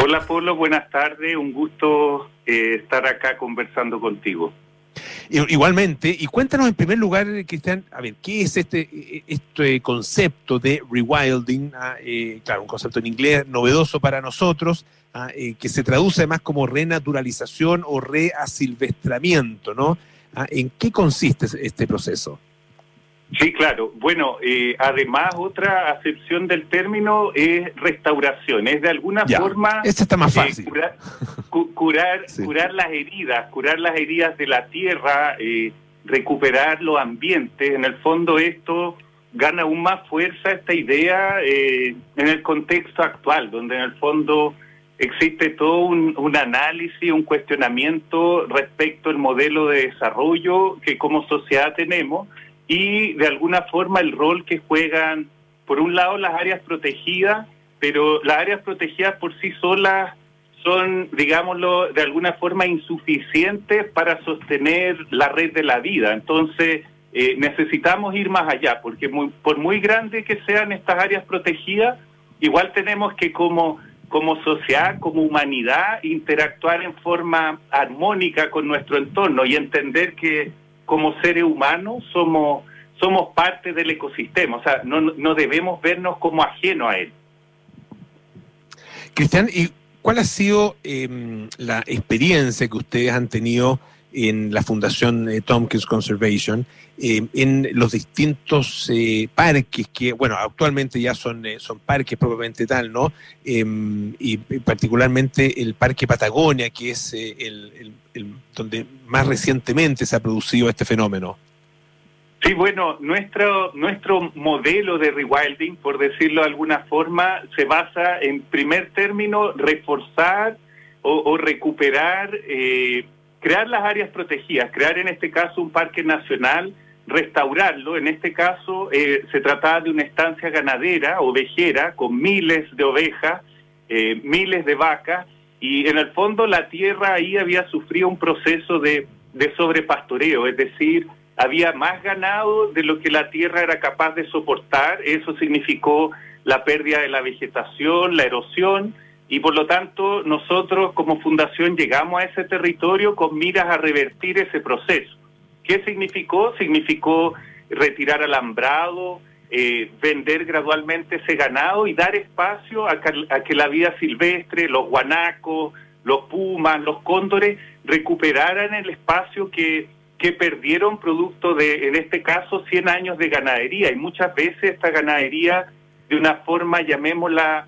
Hola Polo, buenas tardes, un gusto eh, estar acá conversando contigo. Igualmente, y cuéntanos en primer lugar, Cristian, a ver, ¿qué es este, este concepto de rewilding? Ah, eh, claro, un concepto en inglés novedoso para nosotros, ah, eh, que se traduce además como renaturalización o reasilvestramiento, ¿no? Ah, ¿en qué consiste este proceso? Sí, claro. Bueno, eh, además otra acepción del término es restauración, es de alguna ya, forma este está más fácil. Eh, curar, cu curar, sí. curar las heridas, curar las heridas de la tierra, eh, recuperar los ambientes. En el fondo esto gana aún más fuerza, esta idea, eh, en el contexto actual, donde en el fondo existe todo un, un análisis, un cuestionamiento respecto al modelo de desarrollo que como sociedad tenemos, y de alguna forma el rol que juegan, por un lado, las áreas protegidas, pero las áreas protegidas por sí solas son, digámoslo, de alguna forma insuficientes para sostener la red de la vida. Entonces, eh, necesitamos ir más allá, porque muy, por muy grandes que sean estas áreas protegidas, igual tenemos que como, como sociedad, como humanidad, interactuar en forma armónica con nuestro entorno y entender que como seres humanos somos somos parte del ecosistema, o sea, no, no debemos vernos como ajenos a él. Cristian, ¿y cuál ha sido eh, la experiencia que ustedes han tenido en la Fundación eh, Tompkins Conservation, eh, en los distintos eh, parques que, bueno, actualmente ya son, eh, son parques propiamente tal, ¿no? Eh, y particularmente el Parque Patagonia, que es eh, el, el, el donde más recientemente se ha producido este fenómeno. Sí, bueno, nuestro nuestro modelo de rewilding, por decirlo de alguna forma, se basa en primer término reforzar o, o recuperar, eh, crear las áreas protegidas, crear en este caso un parque nacional, restaurarlo. En este caso eh, se trataba de una estancia ganadera, ovejera, con miles de ovejas, eh, miles de vacas, y en el fondo la tierra ahí había sufrido un proceso de, de sobrepastoreo, es decir, había más ganado de lo que la tierra era capaz de soportar. Eso significó la pérdida de la vegetación, la erosión, y por lo tanto nosotros como fundación llegamos a ese territorio con miras a revertir ese proceso. ¿Qué significó? Significó retirar alambrado, eh, vender gradualmente ese ganado y dar espacio a que, a que la vida silvestre, los guanacos, los pumas, los cóndores, recuperaran el espacio que, que perdieron producto de, en este caso, cien años de ganadería. Y muchas veces esta ganadería, de una forma, llamémosla,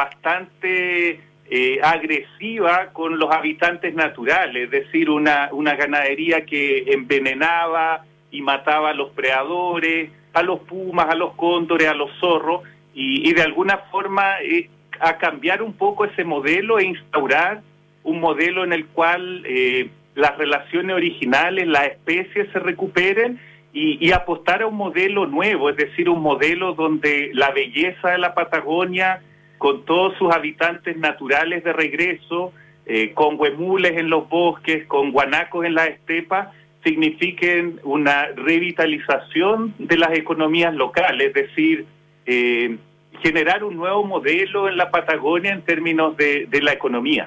bastante eh, agresiva con los habitantes naturales, es decir, una, una ganadería que envenenaba y mataba a los predadores, a los pumas, a los cóndores, a los zorros, y, y de alguna forma eh, a cambiar un poco ese modelo e instaurar un modelo en el cual eh, las relaciones originales, las especies se recuperen y, y apostar a un modelo nuevo, es decir, un modelo donde la belleza de la Patagonia, con todos sus habitantes naturales de regreso, eh, con huemules en los bosques, con guanacos en las estepas, signifiquen una revitalización de las economías locales, es decir, eh, generar un nuevo modelo en la Patagonia en términos de, de la economía.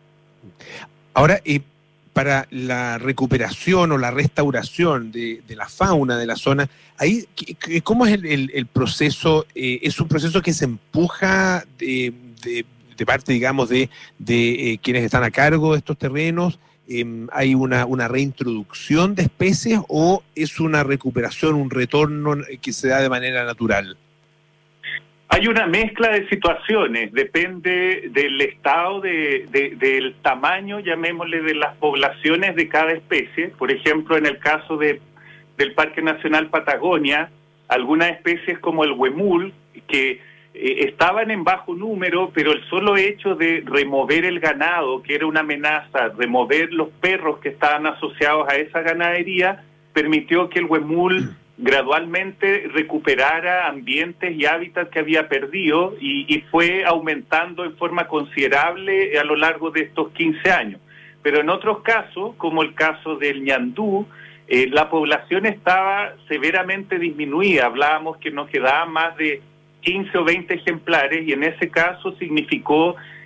Ahora, eh, para la recuperación o la restauración de, de la fauna de la zona, ahí, ¿cómo es el, el, el proceso? Eh, ¿Es un proceso que se empuja de, de, de parte, digamos, de, de eh, quienes están a cargo de estos terrenos? Eh, ¿Hay una, una reintroducción de especies o es una recuperación, un retorno que se da de manera natural? Hay una mezcla de situaciones, depende del estado, de, de, del tamaño, llamémosle, de las poblaciones de cada especie. Por ejemplo, en el caso de, del Parque Nacional Patagonia, algunas especies como el huemul, que eh, estaban en bajo número, pero el solo hecho de remover el ganado, que era una amenaza, remover los perros que estaban asociados a esa ganadería, permitió que el huemul gradualmente recuperara ambientes y hábitats que había perdido y, y fue aumentando en forma considerable a lo largo de estos quince años. Pero en otros casos, como el caso del ñandú, eh, la población estaba severamente disminuida. Hablábamos que nos quedaban más de quince o veinte ejemplares y en ese caso significó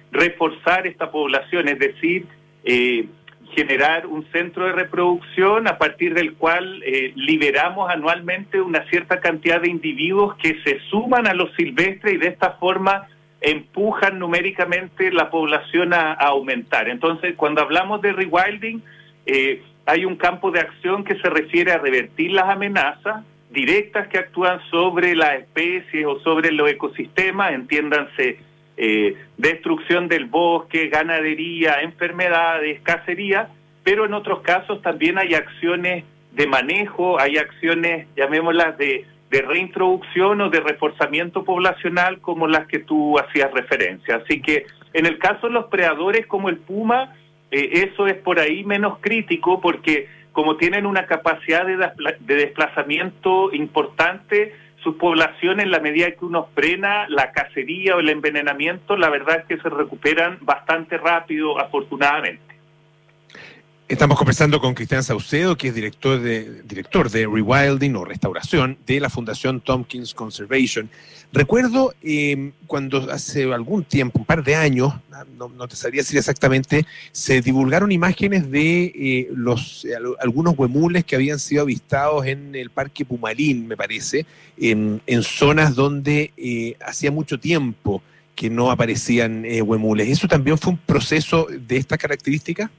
reforzar esta población, es decir, eh, generar un centro de reproducción a partir del cual eh, liberamos anualmente una cierta cantidad de individuos que se suman a los silvestres y de esta forma empujan numéricamente la población a, a aumentar. Entonces, cuando hablamos de rewilding, eh, hay un campo de acción que se refiere a revertir las amenazas directas que actúan sobre las especies o sobre los ecosistemas, entiéndanse, eh, destrucción del bosque, ganadería, enfermedades, cacería, pero en otros casos también hay acciones de manejo, hay acciones, llamémoslas, de, de reintroducción o de reforzamiento poblacional como las que tú hacías referencia. Así que en el caso de los predadores como el puma, eh, eso es por ahí menos crítico porque como tienen una capacidad de, de desplazamiento importante, sus poblaciones, en la medida que uno frena la cacería o el envenenamiento, la verdad es que se recuperan bastante rápido, afortunadamente. Estamos conversando con Cristian Saucedo, que es director de director de rewilding o restauración de la Fundación Tompkins Conservation. Recuerdo eh, cuando hace algún tiempo, un par de años, no, no te sabría decir exactamente, se divulgaron imágenes de eh, los eh, algunos huemules que habían sido avistados en el Parque Pumalín, me parece, en, en zonas donde eh, hacía mucho tiempo que no aparecían eh, huemules. ¿Eso también fue un proceso de estas características?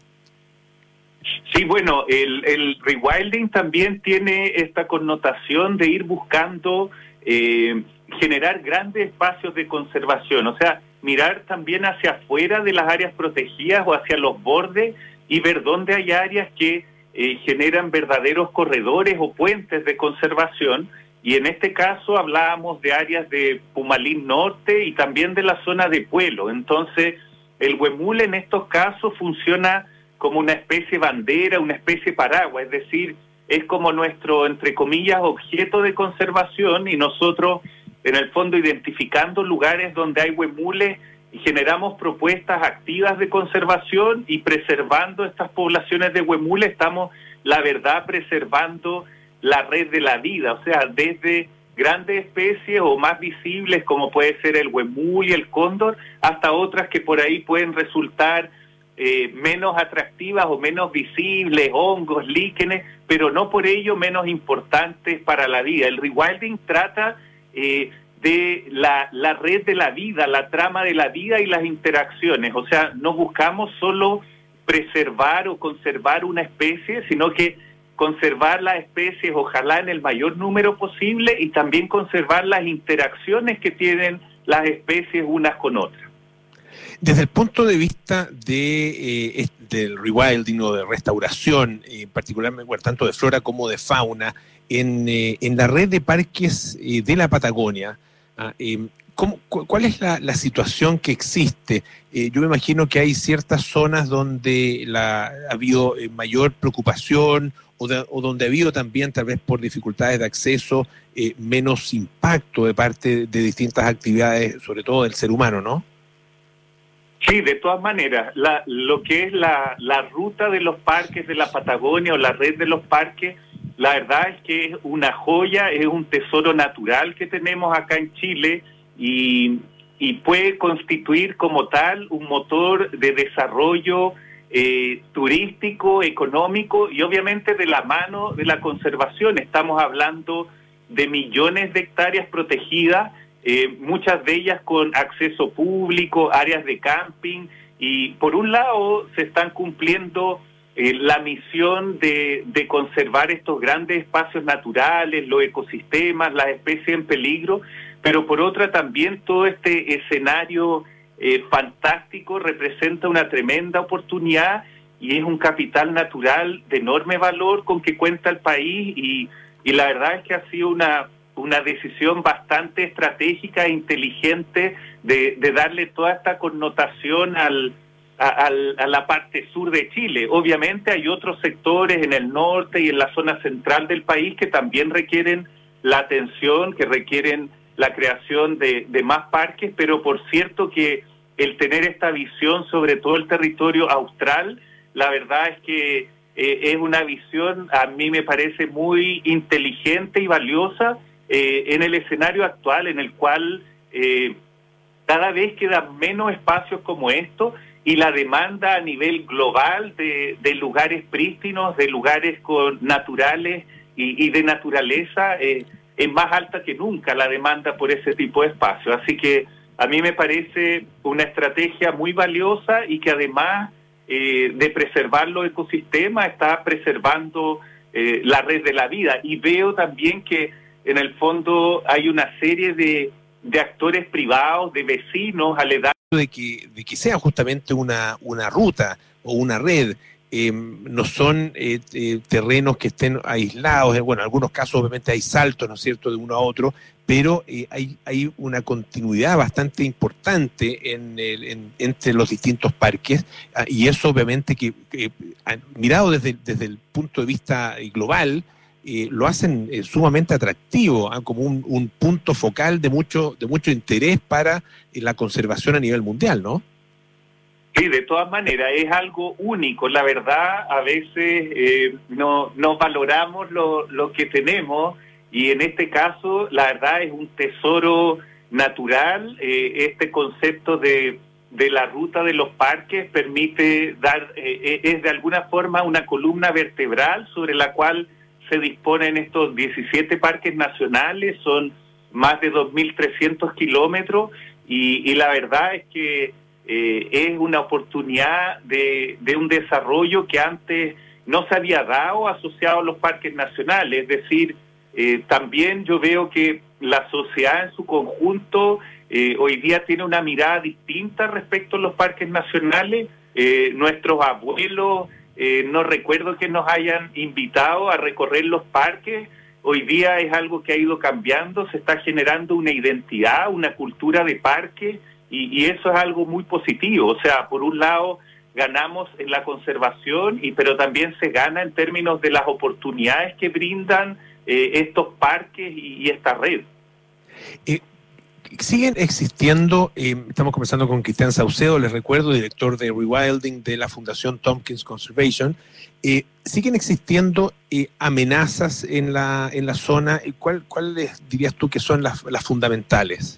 Sí, bueno, el, el rewilding también tiene esta connotación de ir buscando eh, generar grandes espacios de conservación, o sea, mirar también hacia afuera de las áreas protegidas o hacia los bordes y ver dónde hay áreas que eh, generan verdaderos corredores o puentes de conservación, y en este caso hablábamos de áreas de Pumalín Norte y también de la zona de Puelo. Entonces, el huemul en estos casos funciona como una especie bandera, una especie paraguas, es decir, es como nuestro, entre comillas, objeto de conservación, y nosotros, en el fondo, identificando lugares donde hay huemules, generamos propuestas activas de conservación y preservando estas poblaciones de huemules, estamos, la verdad, preservando la red de la vida, o sea, desde grandes especies o más visibles, como puede ser el huemul y el cóndor, hasta otras que por ahí pueden resultar Eh, menos atractivas o menos visibles, hongos, líquenes, pero no por ello menos importantes para la vida. El rewilding trata eh, de la, la red de la vida, la trama de la vida y las interacciones. O sea, no buscamos solo preservar o conservar una especie, sino que conservar las especies, ojalá en el mayor número posible, y también conservar las interacciones que tienen las especies unas con otras. Desde el punto de vista de, eh, del rewilding o de restauración, eh, particularmente, bueno, tanto de flora como de fauna, en, eh, en la red de parques eh, de la Patagonia, ah, eh, ¿cómo, cu ¿cuál es la, la situación que existe? Eh, yo me imagino que hay ciertas zonas donde la, ha habido eh, mayor preocupación o, de, o donde ha habido también, tal vez por dificultades de acceso, eh, menos impacto de parte de distintas actividades, sobre todo del ser humano, ¿no? Sí, de todas maneras, la, lo que es la, la ruta de los parques de la Patagonia o la red de los parques, la verdad es que es una joya, es un tesoro natural que tenemos acá en Chile y, y puede constituir como tal un motor de desarrollo eh, turístico, económico y obviamente de la mano de la conservación. Estamos hablando de millones de hectáreas protegidas, Eh, muchas de ellas con acceso público, áreas de camping, y por un lado se están cumpliendo eh, la misión de, de conservar estos grandes espacios naturales, los ecosistemas, las especies en peligro, pero por otra también todo este escenario eh, fantástico representa una tremenda oportunidad y es un capital natural de enorme valor con que cuenta el país, y, y la verdad es que ha sido una una decisión bastante estratégica e inteligente de, de darle toda esta connotación al, a, al, a la parte sur de Chile. Obviamente hay otros sectores en el norte y en la zona central del país que también requieren la atención, que requieren la creación de, de más parques, pero por cierto que el tener esta visión sobre todo el territorio austral, la verdad es que eh, es una visión, a mí me parece muy inteligente y valiosa, Eh, en el escenario actual en el cual eh, cada vez quedan menos espacios como estos y la demanda a nivel global de, de lugares prístinos, de lugares con naturales y, y de naturaleza eh, es más alta que nunca la demanda por ese tipo de espacios. Así que a mí me parece una estrategia muy valiosa y que además eh, de preservar los ecosistemas está preservando eh, la red de la vida. Y veo también que en el fondo hay una serie de, de actores privados, de vecinos aledaños. De que, de que sea justamente una, una ruta o una red, eh, no son eh, eh, terrenos que estén aislados, eh, bueno, en algunos casos obviamente hay saltos, ¿no es cierto?, de uno a otro, pero eh, hay, hay una continuidad bastante importante en el, en, entre los distintos parques, ah, y eso obviamente que, que mirado desde, desde el punto de vista global, Eh, lo hacen eh, sumamente atractivo, ¿eh? como un, un punto focal de mucho de mucho interés para eh, la conservación a nivel mundial, ¿no? Sí, de todas maneras, es algo único. La verdad, a veces eh, no, no valoramos lo, lo que tenemos y en este caso, la verdad, es un tesoro natural. Eh, este concepto de, de la ruta de los parques permite dar, eh, es de alguna forma una columna vertebral sobre la cual se disponen estos diecisiete parques nacionales, son más de dos mil trescientos kilómetros y, y la verdad es que eh, es una oportunidad de, de un desarrollo que antes no se había dado asociado a los parques nacionales. Es decir, eh, también yo veo que la sociedad en su conjunto eh, hoy día tiene una mirada distinta respecto a los parques nacionales. Eh, nuestros abuelos Eh, no recuerdo que nos hayan invitado a recorrer los parques. Hoy día es algo que ha ido cambiando, se está generando una identidad, una cultura de parque y, y eso es algo muy positivo. O sea, por un lado ganamos en la conservación, y pero también se gana en términos de las oportunidades que brindan eh, estos parques y, y esta red. Eh, Siguen existiendo, eh, estamos conversando con Cristian Saucedo, les recuerdo, director de Rewilding de la Fundación Tompkins Conservation. Eh, siguen existiendo eh, amenazas en la en la zona. ¿Cuál, ¿Cuáles dirías tú que son las, las fundamentales?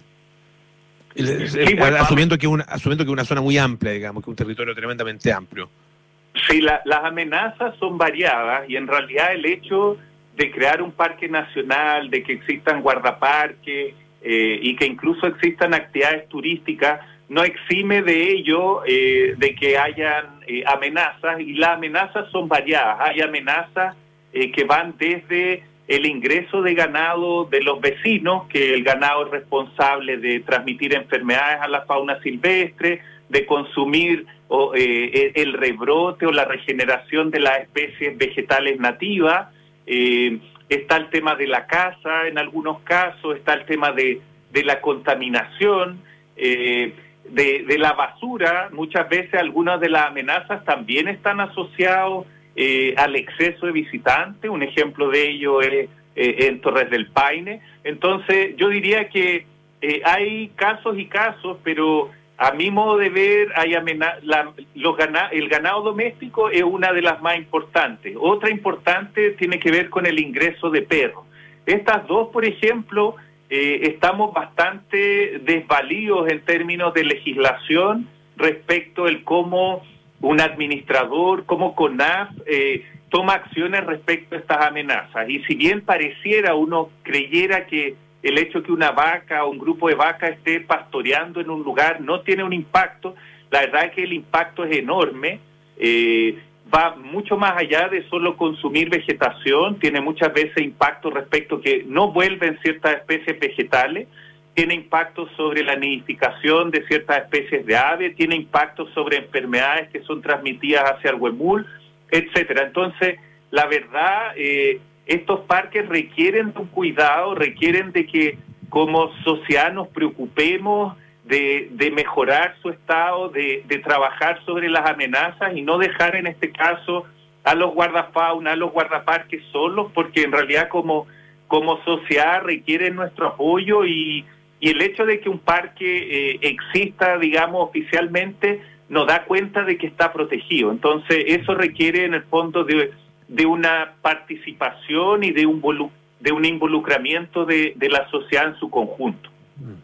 El, sí, el, bueno, asumiendo, que una, asumiendo que es una zona muy amplia, digamos, que un territorio tremendamente amplio. Sí, la, las amenazas son variadas y en realidad el hecho de crear un parque nacional, de que existan guardaparques, Eh, y que incluso existan actividades turísticas, no exime de ello eh, de que hayan eh, amenazas, y las amenazas son variadas. Hay amenazas eh, que van desde el ingreso de ganado de los vecinos, que el ganado es responsable de transmitir enfermedades a la fauna silvestre, de consumir o, eh, el rebrote o la regeneración de las especies vegetales nativas. eh, Está el tema de la caza en algunos casos, está el tema de, de la contaminación, eh, de, de la basura. Muchas veces algunas de las amenazas también están asociadas eh, al exceso de visitantes. Un ejemplo de ello es eh, en Torres del Paine. Entonces yo diría que eh, hay casos y casos, pero a mi modo de ver, hay amena- la, los gana- el ganado doméstico es una de las más importantes. Otra importante tiene que ver con el ingreso de perros. Estas dos, por ejemplo, eh, estamos bastante desvalidos en términos de legislación respecto del cómo un administrador, como CONAF, eh, toma acciones respecto a estas amenazas. Y si bien pareciera, uno creyera que el hecho que una vaca o un grupo de vacas esté pastoreando en un lugar no tiene un impacto, la verdad es que el impacto es enorme, eh, va mucho más allá de solo consumir vegetación, tiene muchas veces impacto respecto que no vuelven ciertas especies vegetales, tiene impacto sobre la nidificación de ciertas especies de aves, tiene impacto sobre enfermedades que son transmitidas hacia el huemul, etcétera. Entonces, la verdad, eh, estos parques requieren de un cuidado, requieren de que como sociedad nos preocupemos de, de mejorar su estado, de, de trabajar sobre las amenazas y no dejar en este caso a los guardafauna, a los guardaparques solos, porque en realidad como, como sociedad requieren nuestro apoyo y, y el hecho de que un parque eh, exista, digamos, oficialmente, nos da cuenta de que está protegido. Entonces eso requiere en el fondo de de una participación y de un, de un involucramiento de, de la sociedad en su conjunto.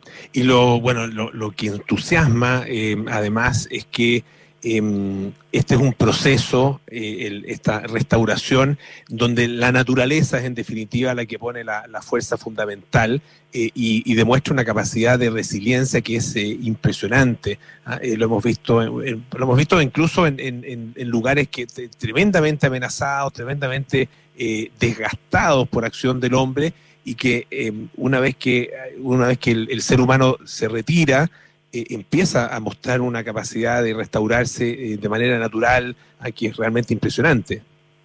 Y lo bueno, lo, lo que entusiasma eh, además es que eh, este es un proceso, eh, el, esta restauración, donde la naturaleza es en definitiva la que pone la, la fuerza fundamental eh, y, y demuestra una capacidad de resiliencia que es eh, impresionante. ¿ah? Eh, lo hemos visto, en, lo hemos visto incluso en, en, en lugares que te, tremendamente amenazados, tremendamente eh, desgastados por acción del hombre, y que eh, una vez que una vez que el, el ser humano se retira, eh, empieza a mostrar una capacidad de restaurarse eh, de manera natural, que es realmente impresionante.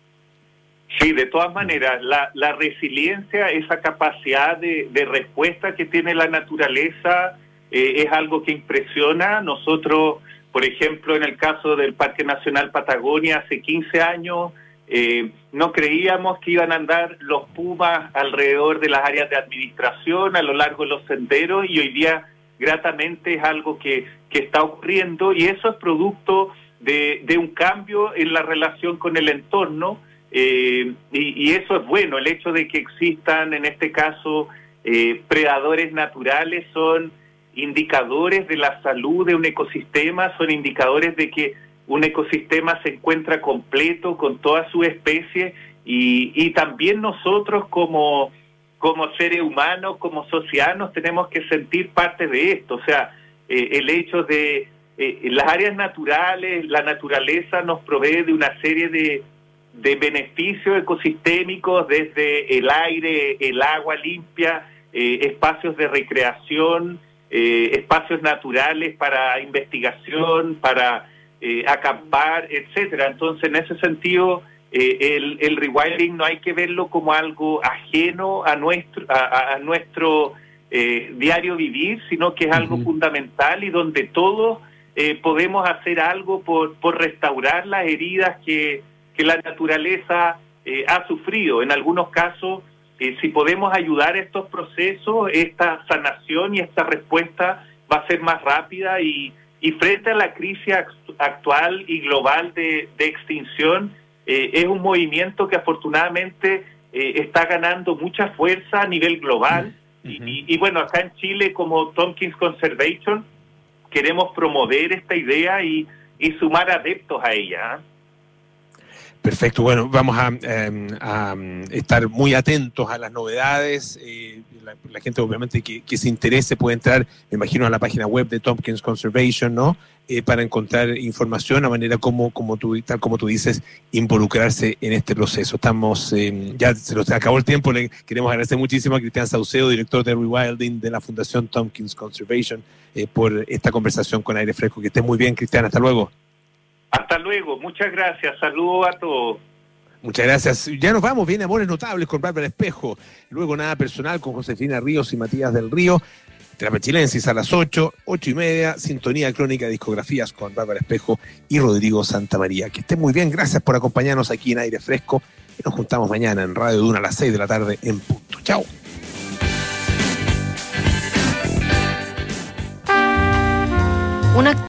Sí, de todas maneras, la, la resiliencia, esa capacidad de, de respuesta que tiene la naturaleza, eh, es algo que impresiona. Nosotros, por ejemplo, en el caso del Parque Nacional Patagonia, hace quince años, Eh, no creíamos que iban a andar los pumas alrededor de las áreas de administración, a lo largo de los senderos, y hoy día gratamente es algo que, que está ocurriendo, y eso es producto de, de un cambio en la relación con el entorno, eh, y, y eso es bueno. El hecho de que existan, en este caso, eh, predadores naturales son indicadores de la salud de un ecosistema, son indicadores de que un ecosistema se encuentra completo con todas sus especies, y, y también nosotros como, como seres humanos, como sociedad, nos tenemos que sentir parte de esto. O sea, eh, el hecho de eh, las áreas naturales, la naturaleza nos provee de una serie de, de beneficios ecosistémicos, desde el aire, el agua limpia, eh, espacios de recreación, eh, espacios naturales para investigación, para Eh, acampar, etcétera. Entonces, en ese sentido, eh, el, el rewilding no hay que verlo como algo ajeno a nuestro a, a nuestro eh, diario vivir, sino que es algo uh-huh. fundamental, y donde todos eh, podemos hacer algo por, por restaurar las heridas que, que la naturaleza eh, ha sufrido. En algunos casos, eh, si podemos ayudar a estos procesos, esta sanación y esta respuesta va a ser más rápida, y Y frente a la crisis actual y global de, de extinción, eh, es un movimiento que afortunadamente eh, está ganando mucha fuerza a nivel global. Uh-huh. y, y bueno, acá en Chile, como Tompkins Conservation, queremos promover esta idea y, y sumar adeptos a ella. Perfecto, bueno, vamos a, eh, a estar muy atentos a las novedades. Eh, la, la gente obviamente que, que se interese puede entrar, me imagino, a la página web de Tompkins Conservation, ¿no? Eh, para encontrar información, a manera como, como tú, tal como tú dices, involucrarse en este proceso. Estamos, eh, ya se nos acabó el tiempo. Le queremos agradecer muchísimo a Cristian Saucedo, director de rewilding de la Fundación Tompkins Conservation, eh, por esta conversación con Aire Fresco. Que esté muy bien, Cristian, hasta luego. Hasta luego, muchas gracias, saludos a todos. Muchas gracias. Ya nos vamos, viene Amores Notables con Bárbara Espejo, luego Nada Personal con Josefina Ríos y Matías del Río, Trapechilensis a las ocho, ocho y media, Sintonía Crónica Discografías con Bárbara Espejo y Rodrigo Santamaría. Que estén muy bien, gracias por acompañarnos aquí en Aire Fresco, y nos juntamos mañana en Radio Duna a las seis de la tarde en punto. Chao. Una